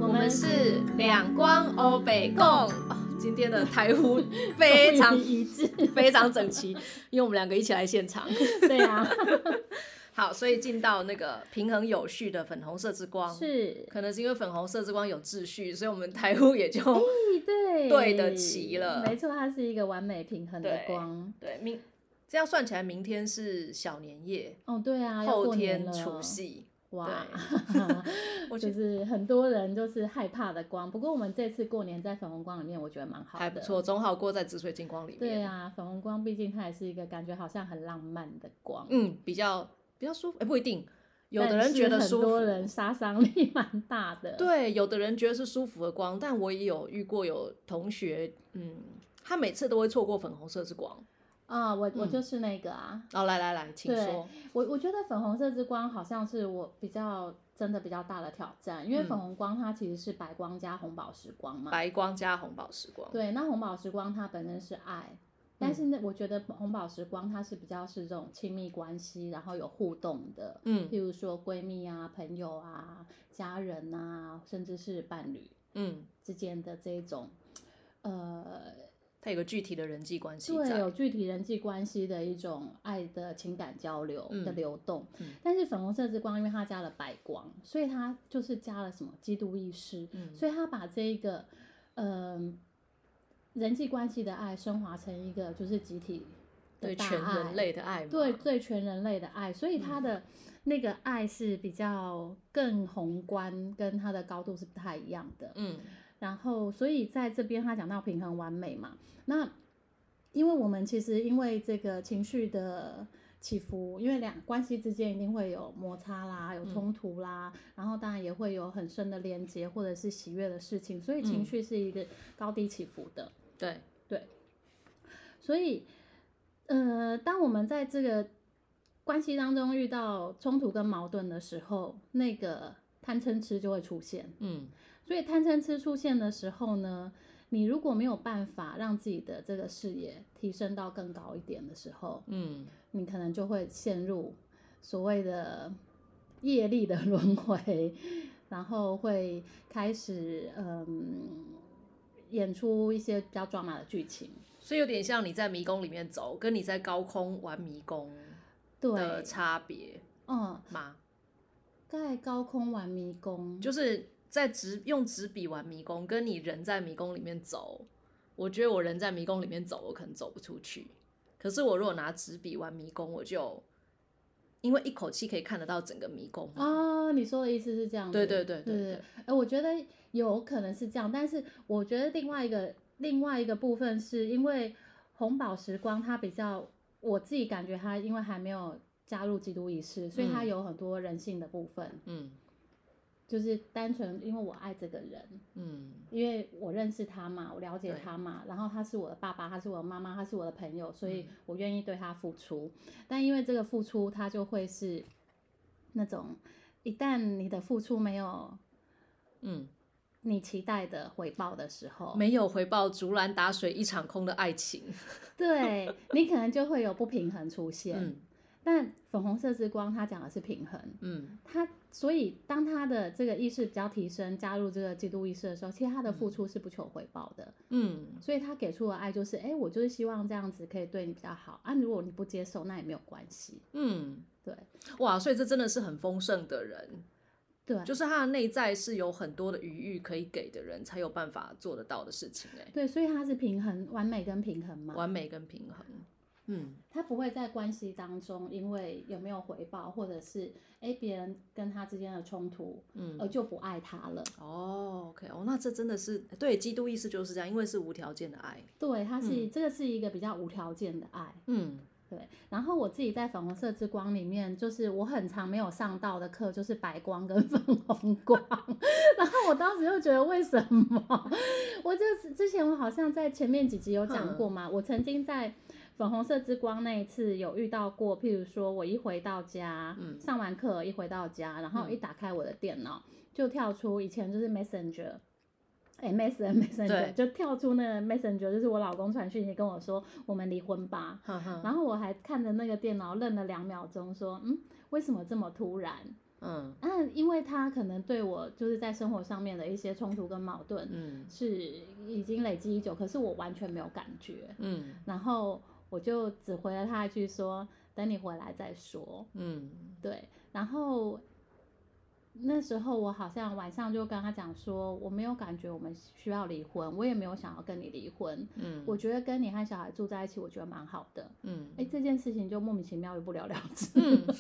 我们是两光欧北共、今天的台呼非常一致， 非常整齐，因为我们两个一起来现场。 对啊， 好，所以进到那个平衡有序的粉红色之光， 是可能是因为粉红色之光有秩序，所以我们台呼也就对得齐了。 没错，它是一个完美平衡的光。 对，这样算起来，明天是小年夜， 哦，对啊， 后天除夕。 哇，就是很多人就是害怕的光，不过我们这次过年在粉红光里面，我觉得蛮好的， 还不错，总好过在紫水晶光里面。 对啊，粉红光毕竟它也是一个感觉好像很浪漫的光， 比较舒服，不一定，有的人觉得舒服， 很多人杀伤力蛮大的。 对，有的人觉得是舒服的光，但我也有遇过有同学，他每次都会错过粉红色之光。 我就是那个啊。 来，请说。 我觉得粉红色之光好像是我真的比较大的挑战，因为粉红光它其实是白光加红宝石光嘛。 白光加红宝石光。 对，那红宝石光它本身是爱，但是呢，我觉得红宝石光它是比较是这种亲密关系，然后有互动的，譬如说闺蜜啊、朋友啊、家人啊，甚至是伴侣，之间的这种， 它有个具体的人际关系在， 对，有具体人际关系的一种爱的情感交流的流动。但是粉红色之光，因为它加了白光，所以它就是加了什么基督意识，所以它把这一个人际关系的爱升华成一个就是集体的大爱， 对全人类的爱嘛， 对全人类的爱，所以它的那个爱是比较更宏观，跟它的高度是不太一样的。然后所以在这边他讲到平衡完美嘛，那因为我们其实因为这个情绪的起伏，因为关系之间一定会有摩擦啦，有冲突啦，然后当然也会有很深的连接或者是喜悦的事情，所以情绪是一个高低起伏的。 对， 所以当我们在这个关系当中遇到冲突跟矛盾的时候，那个贪嗔痴就会出现。所以贪嗔痴出现的时候呢，你如果没有办法让自己的这个视野提升到更高一点的时候，你可能就会陷入所谓的业力的轮回，然后会开始演出一些比较抓马的剧情。 所以有点像你在迷宫里面走，跟你在高空玩迷宫的差别吗？ 在高空玩迷宫， 就是在用纸笔玩迷宫，跟你人在迷宫里面走，我觉得我人在迷宫里面走，我可能走不出去。可是我如果拿纸笔玩迷宫，我就因为一口气可以看得到整个迷宫。 你说的意思是这样子？ 对。 我觉得有可能是这样，但是我觉得另外一个部分是因为红宝石光它比较，我自己感觉它因为还没有加入基督意识，所以它有很多人性的部分。就是单纯因为我爱这个人，因为我认识他嘛，我了解他嘛，然后他是我的爸爸，他是我的妈妈，他是我的朋友，所以我愿意对他付出。但因为这个付出，他就会是那种一旦你的付出没有，你期待的回报的时候， 没有回报，竹篮打水一场空的爱情， 对你可能就会有不平衡出现。但粉红色之光它讲的是平衡，所以当他的这个意识比较提升，加入这个基督意识的时候，其实他的付出是不求回报的，所以他给出的爱就是，我就是希望这样子可以对你比较好啊，如果你不接受，那也没有关系，对， 哇，所以这真的是很丰盛的人， 对， 就是他的内在是有很多的余裕可以给的人，才有办法做得到的事情。 对，所以他是平衡，完美跟平衡嘛， 完美跟平衡。 他不会在关系当中因为有没有回报，或者是别人跟他之间的冲突，而就不爱他了。 OK，那这真的是对，基督意识就是这样，因为是无条件的爱。 对，它是、这个是一个比较无条件的爱。对。然后我自己在粉红色之光里面，就是我很常没有上到的课，就是白光跟粉红光。然后我当时就觉得为什么？我就之前我好像在前面几集有讲过嘛，我曾经在粉红色之光那一次有遇到过，譬如说我一回到家，上完课一回到家，然后一打开我的电脑，就跳出以前就是 Messenger 就跳出那个 Messenger， 就是我老公传讯息跟我说我们离婚吧，然后我还看着那个电脑愣了2秒钟说为什么这么突然， 因为他可能对我就是在生活上面的一些冲突跟矛盾，是已经累积已久，可是我完全没有感觉，然后我就只回了他一句说等你回来再说，对，然后那时候我好像晚上就跟他讲说，我没有感觉我们需要离婚，我也没有想要跟你离婚，我觉得跟你和小孩住在一起，我觉得蛮好的，这件事情就莫名其妙就不了了之，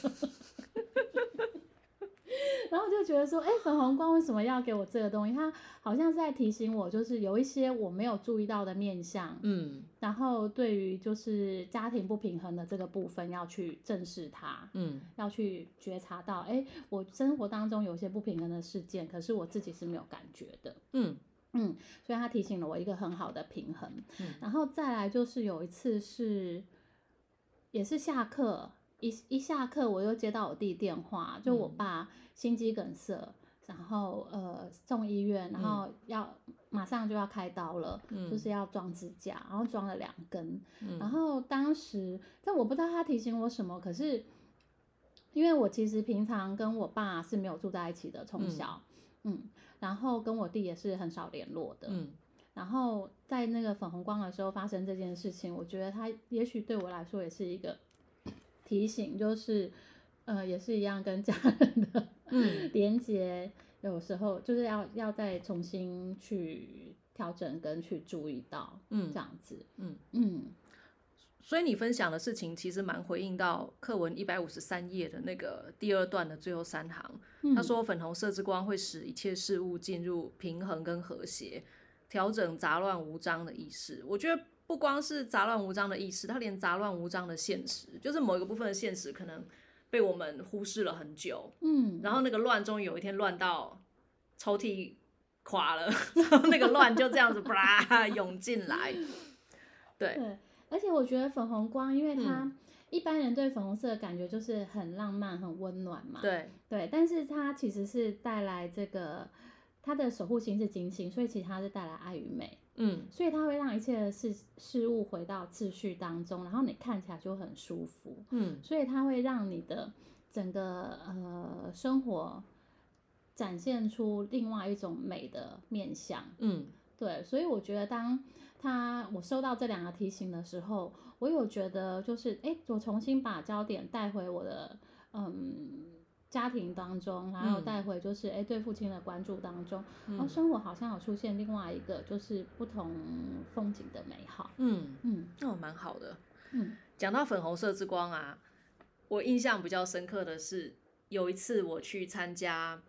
然后就觉得说，粉红光为什么要给我这个东西？他好像是在提醒我，就是有一些我没有注意到的面向，然后对于就是家庭不平衡的这个部分要去正视它，要去觉察到，我生活当中有些不平衡的事件，可是我自己是没有感觉的，所以他提醒了我一个很好的平衡，然后再来就是有一次是也是下课。一下课我又接到我弟电话，就我爸心肌梗塞，然后送医院，然后马上就要开刀了，就是要装支架，然后装了2根，然后当时但我不知道他提醒我什么，可是因为我其实平常跟我爸是没有住在一起的，从小，然后跟我弟也是很少联络的，然后在那个粉红光的时候发生这件事情，我觉得他也许对我来说也是一个提醒，就是也是一样跟家人的连结，有时候就是要再重新去调整跟去注意到，这样子， 所以你分享的事情其实蛮回应到课文153页的那个第2段的最后3行，他说粉红色之光会使一切事物进入平衡跟和谐，调整杂乱无章的意识。我觉得不光是杂乱无章的意识，它连杂乱无章的现实，就是某一个部分的现实可能被我们忽视了很久，然后那个乱终于有一天乱到抽屉垮了，然后那个乱就这样子啪涌进来，对， 而且我觉得粉红光，因为它一般人对粉红色的感觉就是很浪漫、很温暖嘛，对，但是它其实是带来这个它的守护星是金星，所以其实它是带来爱与美。所以它会让一切的事物回到秩序当中，然后你看起来就很舒服。所以它会让你的整个生活展现出另外一种美的面向。对，所以我觉得当我收到这2个提醒的时候，我有觉得就是我重新把焦点带回我的家庭当中，然后带回就是对父亲的关注当中，然后生活好像有出现另外一个就是不同风景的美好。 蛮好的。讲到粉红色之光啊，我印象比较深刻的是有一次我去参加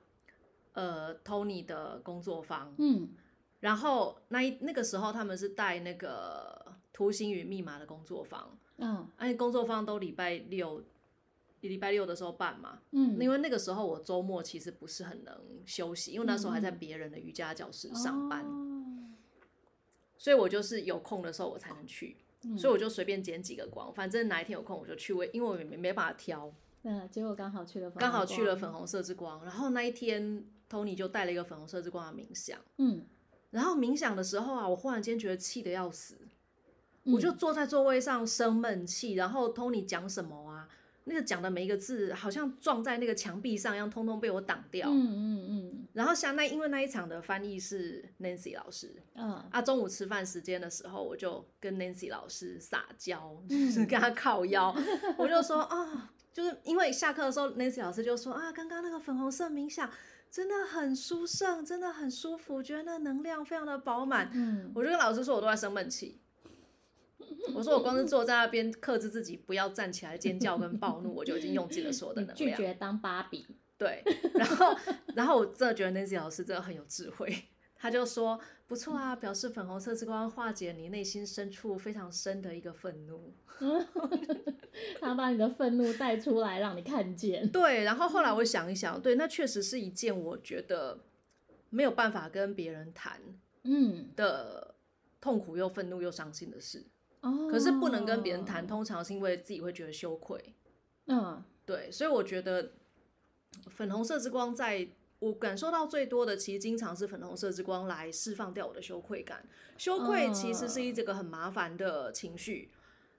Tony 的工作坊，然后那个时候他们是带那个图形与密码的工作坊，而且工作坊都礼拜六的时候办嘛，因为那个时候我周末其实不是很能休息，因为那时候还在别人的瑜伽教室上班，所以我就是有空的时候我才能去，所以我就随便捡几个光，反正哪一天有空我就去，因为我没办法挑， 结果刚好去了粉红色之光，然后那一天 Tony 就带了一个粉红色之光的冥想，然后冥想的时候啊，我忽然间觉得气得要死，我就坐在座位上生闷气，然后 Tony 讲什么啊，那个讲的每一个字好像撞在那个墙壁上一样，通通被我挡掉。然后因为那一场的翻译是 Nancy 老师，中午吃饭时间的时候，我就跟 Nancy 老师撒娇，就是跟他靠腰，我就说就是因为下课的时候 Nancy 老师就说刚刚那个粉红色冥想真的很殊胜，真的很舒服，觉得那能量非常的饱满。我就跟老师说我都在生闷气。我说我光是坐在那边克制自己不要站起来尖叫跟暴怒，我就已经用尽了所有的能量。 拒绝当芭比。 对，然后我真的觉得 Nancy 老师真的很有智慧，他就说不错啊，表示粉红色之光化解你内心深处非常深的一个愤怒。 他把你的愤怒带出来让你看见。 对，然后后来我想一想，对，那确实是一件我觉得没有办法跟别人谈的痛苦又愤怒又伤心的事。可是不能跟别人谈，通常是因为自己会觉得羞愧。对，所以我觉得粉红色之光在我感受到最多的，其实经常是粉红色之光来释放掉我的羞愧感。羞愧其实是一个很麻烦的情绪，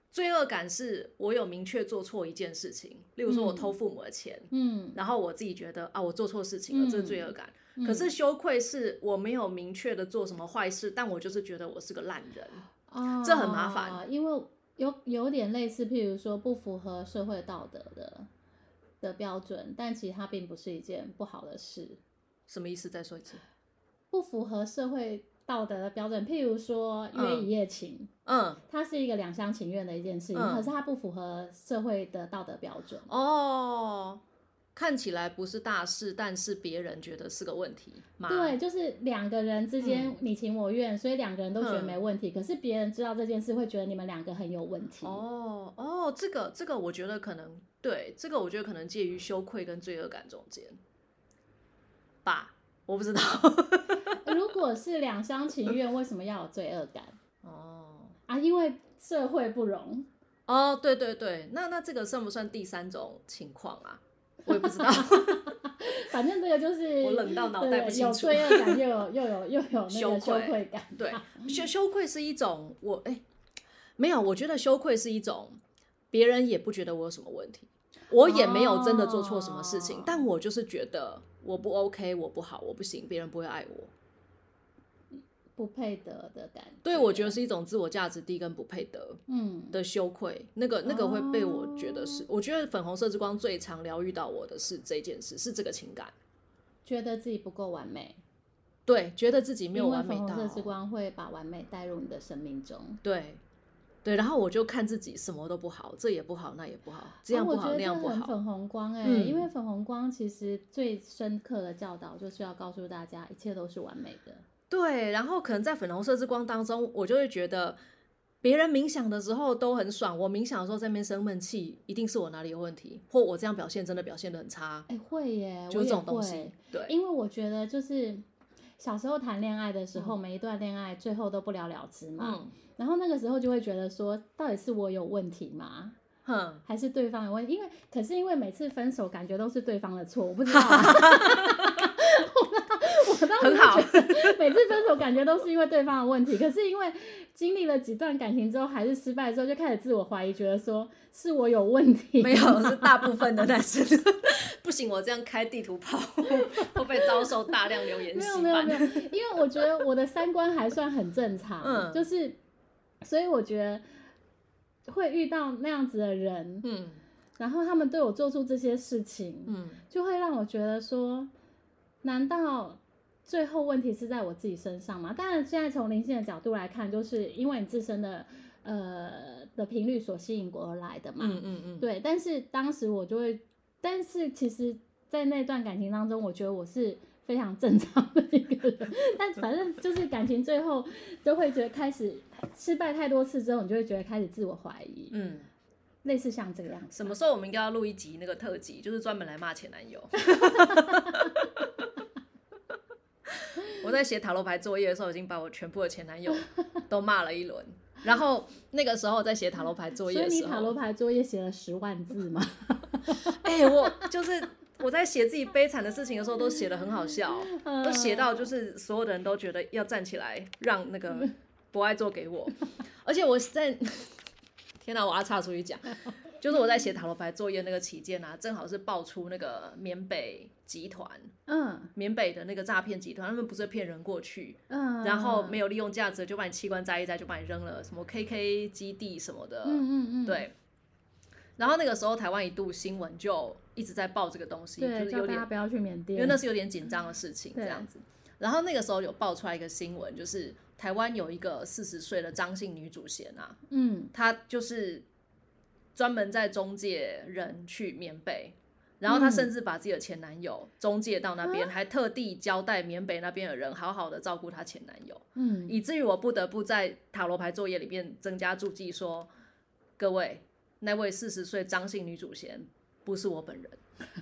罪恶感是我有明确做错一件事情，例如说我偷父母的钱，然后我自己觉得啊我做错事情了，这是罪恶感。可是羞愧是我没有明确的做什么坏事，但我就是觉得我是个烂人，这很麻烦。 因为有点类似，譬如说不符合社会道德的标准，但其实它并不是一件不好的事。 什么意思？再说一次。 不符合社会道德的标准，譬如说约一夜情，它是一个两厢情愿的一件事情，可是它不符合社会的道德标准。 看起来不是大事，但是别人觉得是个问题吗？ 对，就是两个人之间你情我愿，所以两个人都觉得没问题，可是别人知道这件事会觉得你们两个很有问题。 这个我觉得可能对，这个我觉得可能介于羞愧跟罪恶感中间吧，我不知道。 如果是两厢情愿，为什么要有罪恶感？因为社会不容。 对对对，那这个算不算第三种情况啊？我也不知道。 反正这个就是我冷到脑袋不清楚。 有罪恶感又有那个羞愧感。 对，羞愧是一种没有，我觉得羞愧是一种别人也不觉得我有什么问题，我也没有真的做错什么事情，但我就是觉得我不 OK， 我不好，我不行，别人不会爱我。 不配得的感觉。 对，我觉得是一种自我价值低跟不配得的羞愧，那个会被我觉得是，我觉得粉红色之光最常疗愈到我的是这件事，是这个情感， 觉得自己不够完美。 对，觉得自己没有完美到。 因为粉红色之光会把完美带入你的生命中。 对，然后我就看自己什么都不好，这也不好，那也不好，这样不好，那样不好。 我觉得这很粉红光因为粉红光其实最深刻的教导就是要告诉大家，一切都是完美的。 对，然后可能在粉红色之光当中，我就会觉得别人冥想的时候都很爽，我冥想的时候在那边生闷气，一定是我哪里有问题，或我这样表现真的表现得很差。 会耶， 就是这种东西。对， 因为我觉得就是小时候谈恋爱的时候，每一段恋爱最后都不了了之嘛，然后那个时候就会觉得说，到底是我有问题吗？还是对方有问题？因为每次分手感觉都是对方的错，我不知道我当时觉得每次分手感觉都是因为对方的问题，可是因为经历了几段感情之后还是失败之后，就开始自我怀疑，觉得说是我有问题。 没有，是大部分的男生不行，我这样开地图炮会被遭受大量留言洗版。 没有，因为我觉得我的三观还算很正常，就是所以我觉得会遇到那样子的人，然后他们对我做出这些事情，就会让我觉得说，难道最后问题是在我自己身上吗？当然，现在从灵性的角度来看，就是因为你自身的频率所吸引过而来的嘛。对。但是当时我就会，但是其实，在那段感情当中，我觉得我是非常正常的一个人。但反正就是感情最后都会觉得开始失败太多次之后，你就会觉得开始自我怀疑。类似像这个样子。 什么时候我们应该要录一集那个特辑，就是专门来骂前男友。我在写塔罗牌作业的时候，已经把我全部的前男友都骂了一轮。然后那个时候在写塔罗牌作业的时候， 所以你塔罗牌作业写了10万字吗？ 我在写自己悲惨的事情的时候，都写得很好笑，都写到就是所有的人都觉得要站起来让那个博爱做给我。而且我在天哪，我要岔出去讲。就是我在写塔罗牌作业那个期间啊，正好是爆出那个缅北集团，缅北的那个诈骗集团，他们不是骗人过去，然后没有利用价值就把你器官摘一摘就把你扔了，什么 KK 基地什么的，对。然后那个时候台湾一度新闻就一直在报这个东西， 对， 就是有点叫大家不要去缅甸， 因为那是有点紧张的事情这样子。然后那个时候有爆出来一个新闻，就是台湾有一个40岁的张姓女主嫌啊，她就是专门在中介人去缅北，然后她甚至把自己的前男友中介到那边，还特地交代缅北那边的人好好的照顾她前男友，以至于我不得不在塔罗牌作业里面增加注记说，各位，那位40岁张姓女主嫌不是我本人。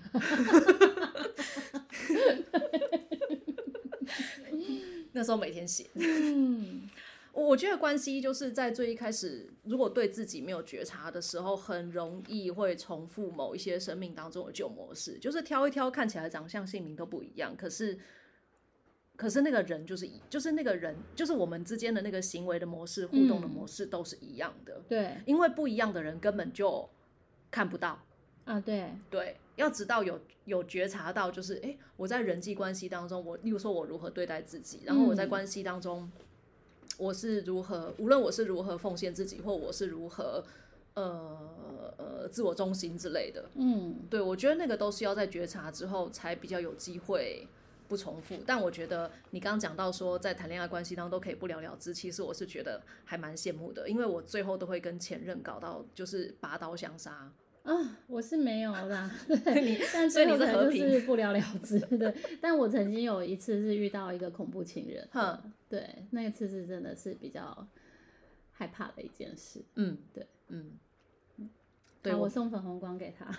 那时候每天写。我觉得关系就是在最一开始，如果对自己没有觉察的时候，很容易会重复某一些生命当中的旧模式，就是挑一挑看起来长相姓名都不一样，可是可是那个人就是那个人，就是我们之间的那个行为的模式、互动的模式都是一样的。 对， 因为不一样的人根本就看不到啊，对， 要直到有觉察到，就是我在人际关系当中，例如说我如何对待自己，然后我在关系当中，我是如何，无论我是如何奉献自己，或我是如何自我中心之类的，对，我觉得那个都是要在觉察之后才比较有机会不重复。但我觉得你刚刚讲到说在谈恋爱关系当中都可以不了了之，其实我是觉得还蛮羡慕的，因为我最后都会跟前任搞到就是拔刀相杀。 我是没有啦，对，但最后可能就是不了了之的。但我曾经有一次是遇到一个恐怖情人，对，那一次是真的是比较害怕的一件事。对，对，我送粉红光给他。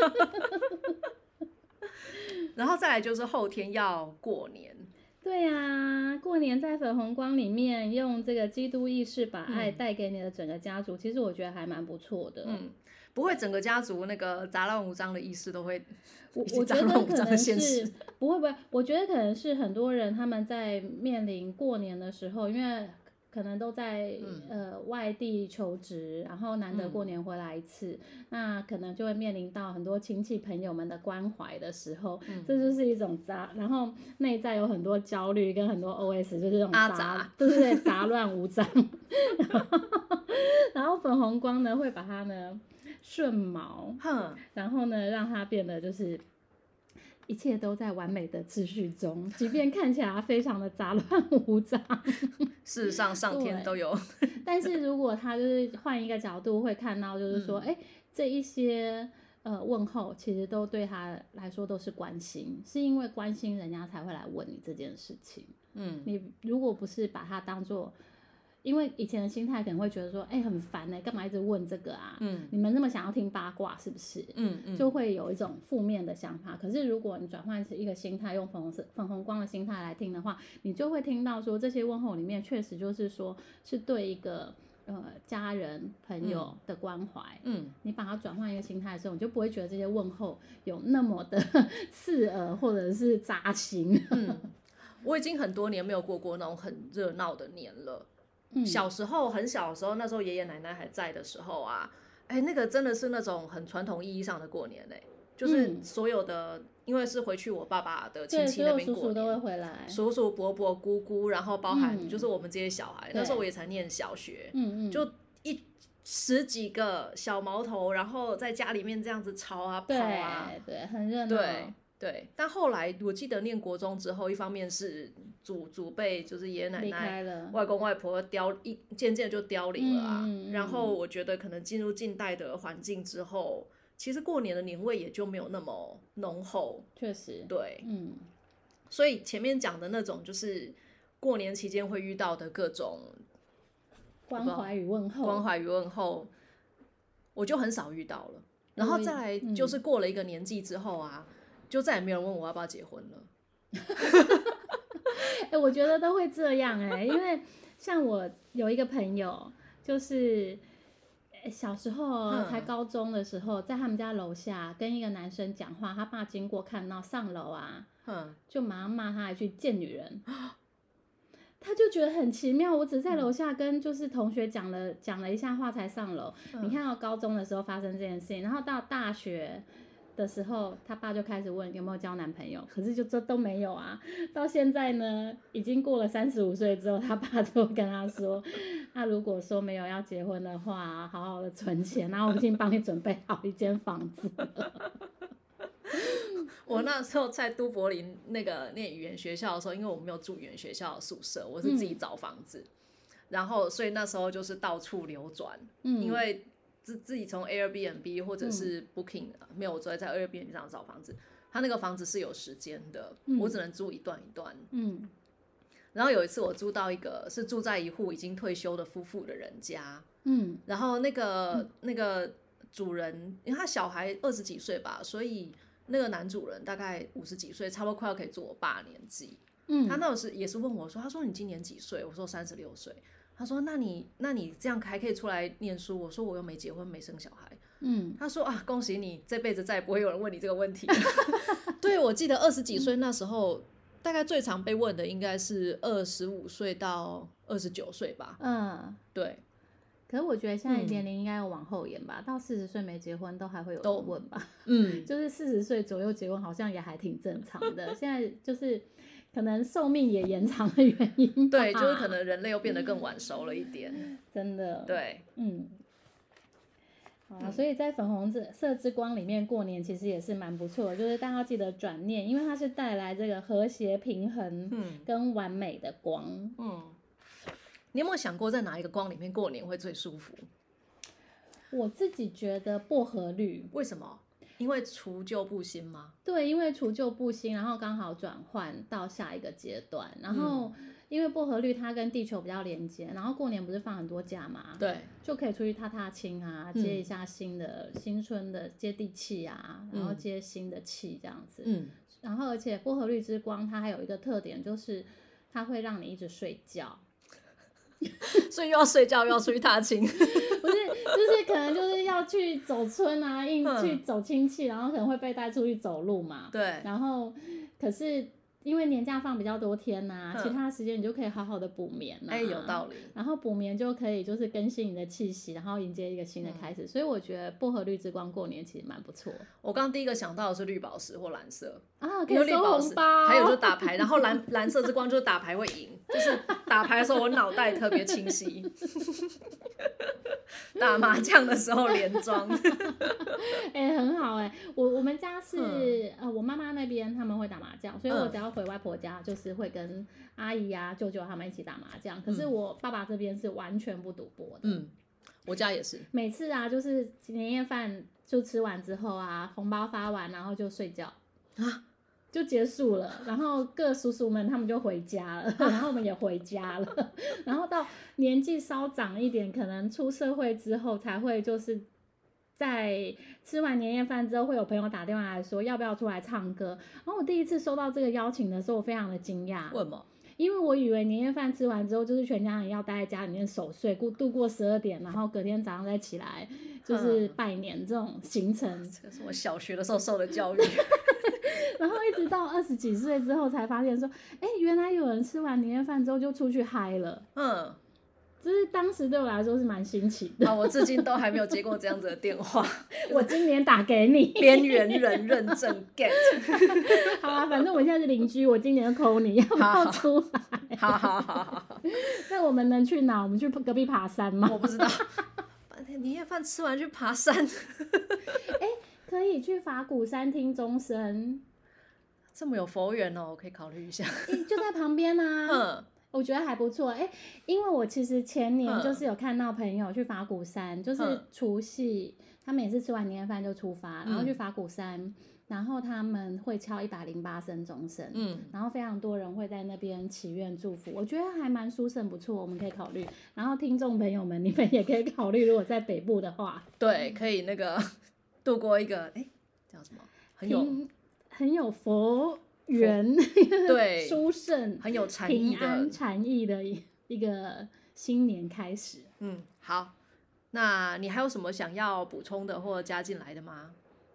然后再来就是后天要过年。 对啊，过年在粉红光里面用这个基督意识把爱带给你的整个家族，其实我觉得还蛮不错的。 不会整个家族那个杂乱无章的意识都会， 我觉得可能是不会，我觉得可能是很多人他们在面临过年的时候，因为可能都在外地求职，然后难得过年回来一次，那可能就会面临到很多亲戚朋友们的关怀的时候，这就是一种然后内在有很多焦虑跟很多 OS， 就是这种对，杂乱无章。然后粉红光呢会把它呢顺毛，然后呢让它变得就是一切都在完美的秩序中，即便看起来非常的杂乱无章。 事实上上天都有。 但是如果他就是换一个角度会看到，就是说这一些问候其实都对他来说都是关心，是因为关心人家才会来问你这件事情。你如果不是把它当作，因为以前的心态可能会觉得说很烦干嘛一直问这个啊，你们那么想要听八卦是不是，就会有一种负面的想法。可是如果你转换一个心态，用粉红光的心态来听的话，你就会听到说这些问候里面确实就是说是对一个家人朋友的关怀，你把它转换一个心态的时候，你就不会觉得这些问候有那么的刺耳或者是扎心。 我已经很多年没有过那种很热闹的年了。小时候很小的时候，那时候爷爷奶奶还在的时候啊，那个真的是那种很传统意义上的过年就是所有的，因为是回去我爸爸的亲戚那边过年， 叔叔都会回来， 叔叔伯伯姑姑，然后包含就是我们这些小孩，那时候我也才念小学，就十几个小毛头，然后在家里面这样子吵啊跑啊， 对，很热闹。 对，但后来我记得念国中之后，一方面是祖辈就是爷爷奶奶、外公外婆渐渐就凋零了啊。然后我觉得可能进入近代的环境之后，其实过年的年味也就没有那么浓厚。 确实， 对，所以前面讲的那种就是过年期间会遇到的各种关怀与问候，我就很少遇到了。然后再来就是过了一个年纪之后啊。就再也没有人问我要不要结婚了。 我觉得都会这样因为像我有一个朋友，就是小时候才高中的时候，在他们家楼下跟一个男生讲话，他爸经过看到上楼啊，就马上骂他还去见女人。他就觉得很奇妙，我只在楼下跟就是同学讲了一下话才上楼。你看到高中的时候发生这件事情，然后到大学的时候，他爸就开始问有没有交男朋友，可是就这都没有啊。到现在呢，已经过了35岁之后，他爸就跟他说，他如果说没有要结婚的话，好好的存钱，然后我已经帮你准备好一间房子了。 我那时候在都柏林那个念语言学校的时候，因为我没有住语言学校的宿舍，我是自己找房子，然后所以那时候就是到处流转，因为自己从 Airbnb 或者是 Booking，没有，我在 Airbnb 上找房子，他那个房子是有时间的，我只能租一段一段。然后有一次我租到一个是住在一户已经退休的夫妇的人家，然后那个主人，因为他小孩20几岁吧，所以那个男主人大概50几岁，差不多快要可以做我爸年纪。他那时也是问我说，他说你今年几岁？我说36岁。他说那你这样还可以出来念书？我说我又没结婚没生小孩。他说啊，恭喜你这辈子再也不会有人问你这个问题了。对，我记得20几岁那时候大概最常被问的应该是25岁到29岁吧。对。 可是我觉得现在年龄应该要往后延吧，到40岁没结婚都还会有人问吧。就是40岁左右结婚好像也还挺正常的。现在就是可能寿命也延长的原因吧。 对，就是可能人类又变得更晚熟了一点。 真的。 对。 所以在粉红色之光里面过年其实也是蛮不错的，就是大家要记得转念，因为它是带来这个和谐平衡跟完美的光。 你有没有想过在哪一个光里面过年会最舒服？ 我自己觉得薄荷绿。 为什么？因为除旧布新吗？ 对，因为除旧布新，然后刚好转换到下一个阶段，然后因为薄荷绿它跟地球比较连接，然后过年不是放很多假嘛， 对， 就可以出去踏踏青啊，接一下新春的接地气啊，然后接新的气这样子。然后而且薄荷绿之光它还有一个特点，就是它会让你一直睡觉。 所以又要睡觉又要出去踏青。 不是，就是可能就是要去走村啊，去走亲戚，然后可能会被带出去走路嘛。 对。 然后可是因为年假放比较多天啊，其他时间你就可以好好的补眠啊。 有道理。 然后补眠就可以就是更新你的气息，然后迎接一个新的开始。所以我觉得薄荷绿之光过年其实蛮不错。 我刚第一个想到的是绿宝石或蓝色啊，可以收红包。 还有就是打牌，然后蓝色之光就是打牌会赢，就是打牌的时候我脑袋特别清晰。打麻将的时候连庄。 很好我们家是我妈妈那边他们会打麻将，所以我只要回外婆家就是会跟阿姨啊舅舅他们一起打麻将。可是我爸爸这边是完全不赌博的。 我家也是。 每次啊就是年夜饭就吃完之后啊，红包发完然后就睡觉就结束了，然后各叔叔们他们就回家了，然后我们也回家了。然后到年纪稍长一点，可能出社会之后才会就是在吃完年夜饭之后，会有朋友打电话来说要不要出来唱歌。然后我第一次收到这个邀请的时候，我非常的惊讶。 为什么？ 因为我以为年夜饭吃完之后，就是全家人要待在家里面守岁，度过12点，然后隔天早上再起来就是拜年这种行程。 这是我小学的时候受的教育。 然后一直到20几岁之后才发现说，原来有人吃完年夜饭之后就出去嗨了。就是当时对我来说是蛮新奇的。 我至今都还没有接过这样子的电话。 我今年打给你。 边缘人认证 get。 好啊，反正我现在是邻居，我今年就 call 你，要不要出来？ 好。 那我们能去哪？我们去隔壁爬山吗？ 我不知道。年夜饭吃完去爬山。 可以去法鼓山听钟声。 这么有佛缘哦，我可以考虑一下。 就在旁边啊。我觉得还不错。因为我其实前年就是有看到朋友去法鼓山，就是除夕他们也是吃完年夜饭就出发，然后去法鼓山，然后他们会敲108声钟声，然后非常多人会在那边祈愿祝福，我觉得还蛮殊胜不错，我们可以考虑。然后听众朋友们，你们也可以考虑，如果在北部的话， 对，可以那个度过一个叫什么很有佛缘， 对， 殊胜， 很有禅意的平安禅意的一个新年开始。 好，那你还有什么想要补充的或加进来的吗？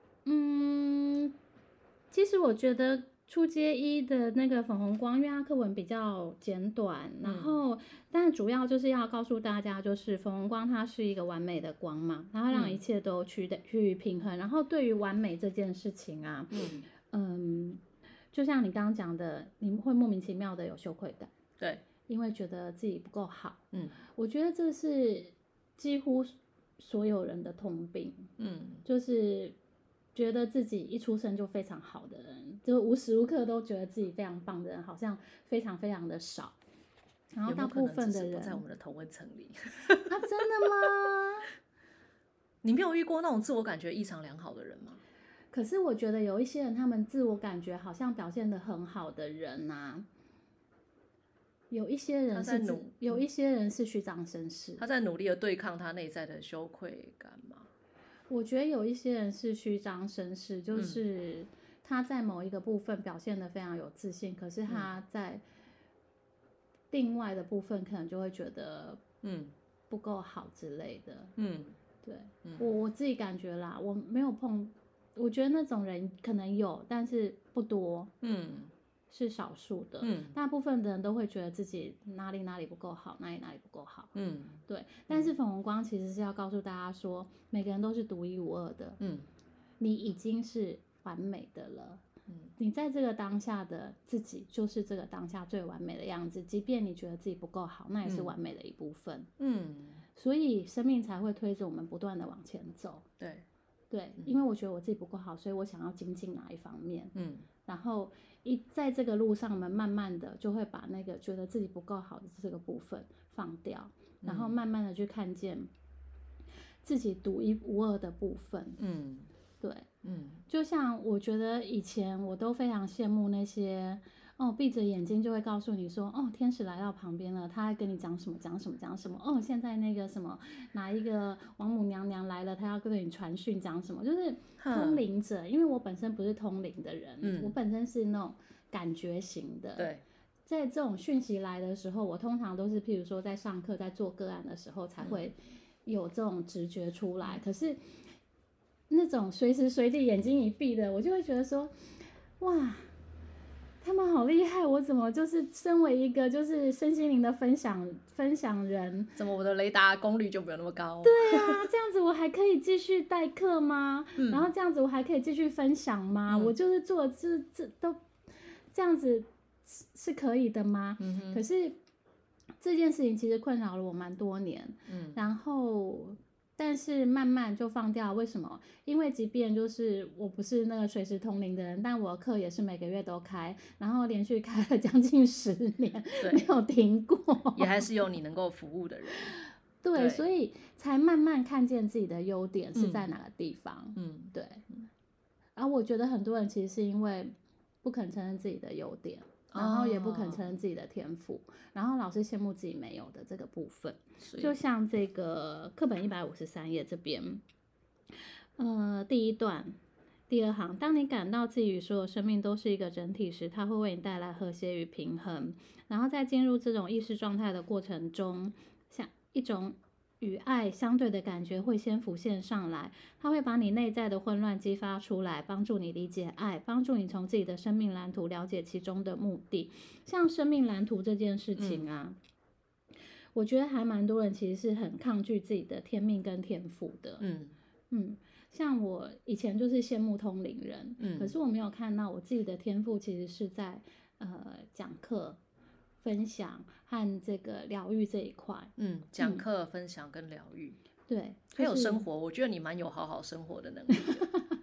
其实我觉得初阶一的那个粉红光，因为它课文比较简短，然后但主要就是要告诉大家，就是粉红光它是一个完美的光嘛，然后让一切都去平衡。然后对于完美这件事情啊，就像你刚刚讲的，你会莫名其妙的有羞愧感， 对， 因为觉得自己不够好。我觉得这是几乎所有人的通病。就是觉得自己一出生就非常好的人，就无时无刻都觉得自己非常棒的人，好像非常非常的少。然后大部分的人有没有可能只是不在我们的同温层里。 真的吗？ 你没有遇过那种自我感觉异常良好的人吗？ 可是我觉得有一些人，他们自我感觉好像表现得很好的人啊，有一些人是虚张声势， 他在努力的对抗他内在的羞愧感吗？ 我觉得有一些人是虚张声势，就是他在某一个部分表现得非常有自信，可是他在另外的部分可能就会觉得不够好之类的。对，我自己感觉啦，我没有碰，我觉得那种人可能有，但是不多。 是少数的，大部分的人都会觉得自己哪里不够好，哪里不够好，对。但是粉红光其实是要告诉大家说，每个人都是独一无二的，你已经是完美的了。你在这个当下的自己就是这个当下最完美的样子，即便你觉得自己不够好，那也是完美的一部分。所以生命才会推着我们不断的往前走。对，因为我觉得我自己不够好，所以我想要精进哪一方面。然后在这个路上，我们慢慢的就会把那个觉得自己不够好的这个部分放掉，然后慢慢的去看见自己独一无二的部分。对，就像我觉得以前我都非常羡慕那些闭着眼睛就会告诉你说天使来到旁边了，他在跟你讲什么现在那个什么哪一个王母娘娘来了，他要跟你传讯讲什么，就是通灵者。因为我本身不是通灵的人，我本身是那种感觉型的。 对， 在这种讯息来的时候，我通常都是譬如说在上课在做个案的时候才会有这种直觉出来。可是那种随时随地眼睛一闭的，我就会觉得说哇，他们好厉害，我怎么就是身为一个就是身心灵的分享人， 怎么我的雷达功率就没有那么高？ 对啊，这样子我还可以继续代课吗？然后这样子我还可以继续分享吗？我就是做这都这样子是可以的吗？可是这件事情其实困扰了我蛮多年，然后但是慢慢就放掉。为什么？因为即便就是我不是那个随时通灵的人，但我的课也是每个月都开，然后连续开了将近10年，没有停过， 也还是有你能够服务的人。 对，所以才慢慢看见自己的优点是在哪个地方。对。然后我觉得很多人其实是因为不肯承认自己的优点，然后也不肯承认自己的天赋，然后老是羡慕自己没有的这个部分。就像这个课本153页这边，第一段第2行，当你感到自己与所有生命都是一个整体时，它会为你带来和谐与平衡。然后在进入这种意识状态的过程中，像一种与爱相对的感觉会先浮现上来，它会把你内在的混乱激发出来，帮助你理解爱，帮助你从自己的生命蓝图了解其中的目的。像生命蓝图这件事情啊，我觉得还蛮多人其实是很抗拒自己的天命跟天赋的。像我以前就是羡慕通灵人，可是我没有看到我自己的天赋其实是在讲课分享和这个疗愈这一块。 讲课分享跟疗愈， 对， 还有生活，我觉得你蛮有好好生活的能力的。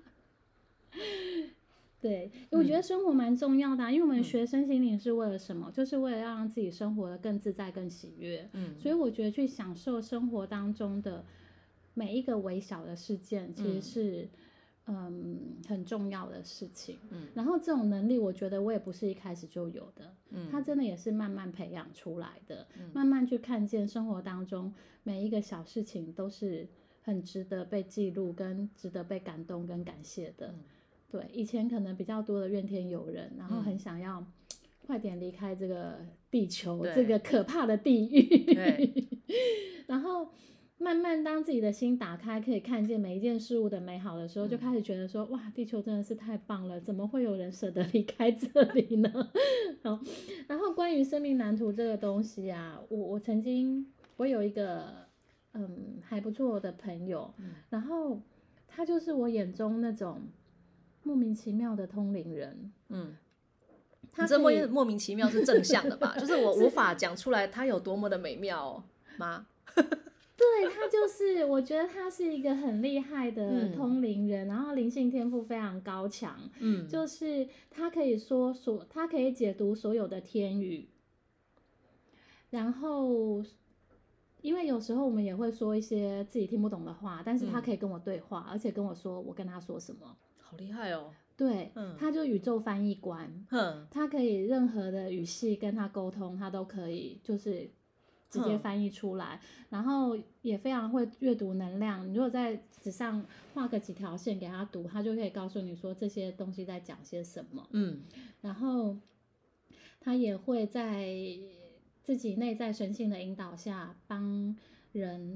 对，我觉得生活蛮重要的因为我们学身心灵是为了什么？就是为了要让自己生活的更自在、更喜悦。所以我觉得去享受生活当中的每一个微小的事件，其实是很重要的事情。然后这种能力，我觉得我也不是一开始就有的，它真的也是慢慢培养出来的。慢慢去看见生活当中每一个小事情都是很值得被记录，跟值得被感动跟感谢的。对，以前可能比较多的怨天尤人，然后很想要快点离开这个地球，这个可怕的地狱。然后慢慢当自己的心打开，可以看见每一件事物的美好的时候，就开始觉得说哇，地球真的是太棒了，怎么会有人舍得离开这里呢？然后关于生命蓝图这个东西啊，我曾经我有一个还不错的朋友，然后他就是我眼中那种莫名其妙的通灵人。 他这莫名其妙是正向的吧？就是我无法讲出来他有多么的美妙吗？ 对，他就是我觉得他是一个很厉害的通灵人，然后灵性天赋非常高强。就是他可以他可以解读所有的天语，然后因为有时候我们也会说一些自己听不懂的话，但是他可以跟我对话，而且跟我说我跟他说什么。 好厉害哦。 对，他就宇宙翻译官，他可以任何的语系跟他沟通，他都可以就是直接翻译出来，然后也非常会阅读能量。你如果在纸上画个几条线给他读，他就可以告诉你说这些东西在讲些什么。然后他也会在自己内在神性的引导下帮人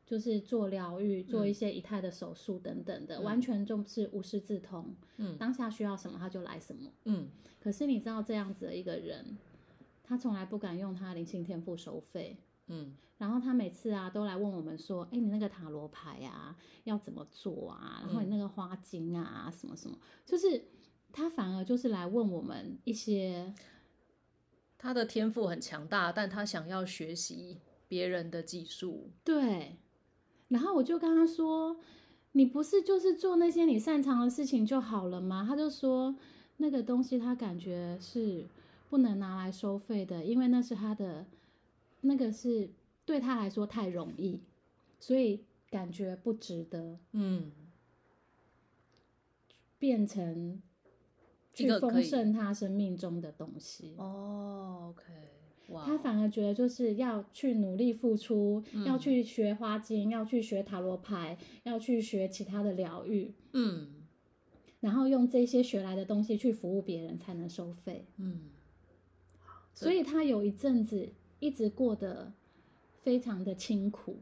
就是做疗愈，做一些以太的手术等等的，完全就是无师自通。当下需要什么他就来什么。可是你知道这样子的一个人，他从来不敢用他灵性天赋收费。然后他每次啊都来问我们说，你那个塔罗牌啊要怎么做啊，然后你那个花精啊什么什么，就是他反而就是来问我们一些他的天赋很强大，但他想要学习别人的技术。 对，然后我就跟他说，你不是就是做那些你擅长的事情就好了吗？他就说那个东西他感觉是不能拿来收费的，因为那是他的，那个是对他来说太容易，所以感觉不值得变成去丰盛他生命中的东西。 OK， 他反而觉得就是要去努力付出，要去学花精，要去学塔罗牌，要去学其他的疗愈，然后用这些学来的东西去服务别人才能收费。所以他有一阵子一直过得非常的清苦。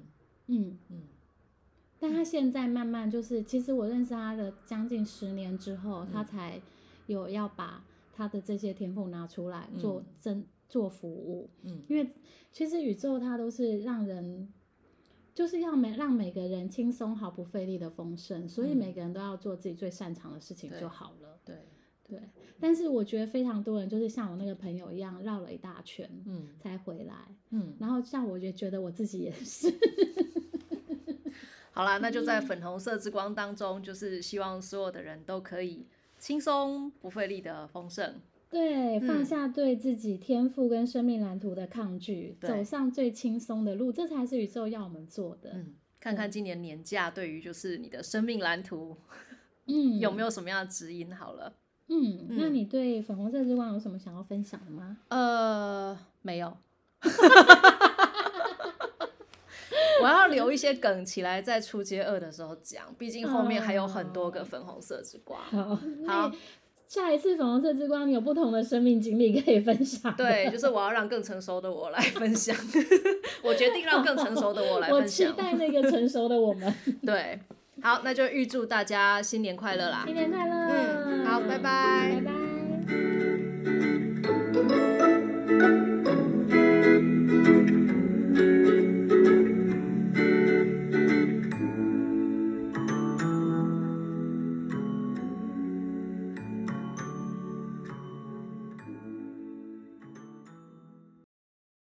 但他现在慢慢就是，其实我认识他的将近10年之后，他才有要把他的这些天赋拿出来做服务。因为其实宇宙它都是让人就是要让每个人轻松毫不费力的丰盛，所以每个人都要做自己最擅长的事情就好了。对，但是我觉得非常多人就是像我那个朋友一样绕了一大圈才回来。然后像我觉得我自己也是。 好啦，那就在粉红色之光当中，就是希望所有的人都可以轻松不费力的丰盛。 对，放下对自己天赋跟生命蓝图的抗拒，走上最轻松的路，这才是宇宙要我们做的。 看看今年年假对于就是你的生命蓝图有没有什么样的指引好了。 那你对粉红色之光有什么想要分享的吗？ 没有。我要留一些梗起来在初阶2的时候讲，毕竟后面还有很多个粉红色之光。 好，下一次粉红色之光你有不同的生命经历可以分享。 对，就是我要让更成熟的我来分享。我决定让更成熟的我来分享。 我期待那个成熟的我们。 对，好，那就预祝大家新年快乐啦！ 新年快乐！ 好，拜拜。 拜拜。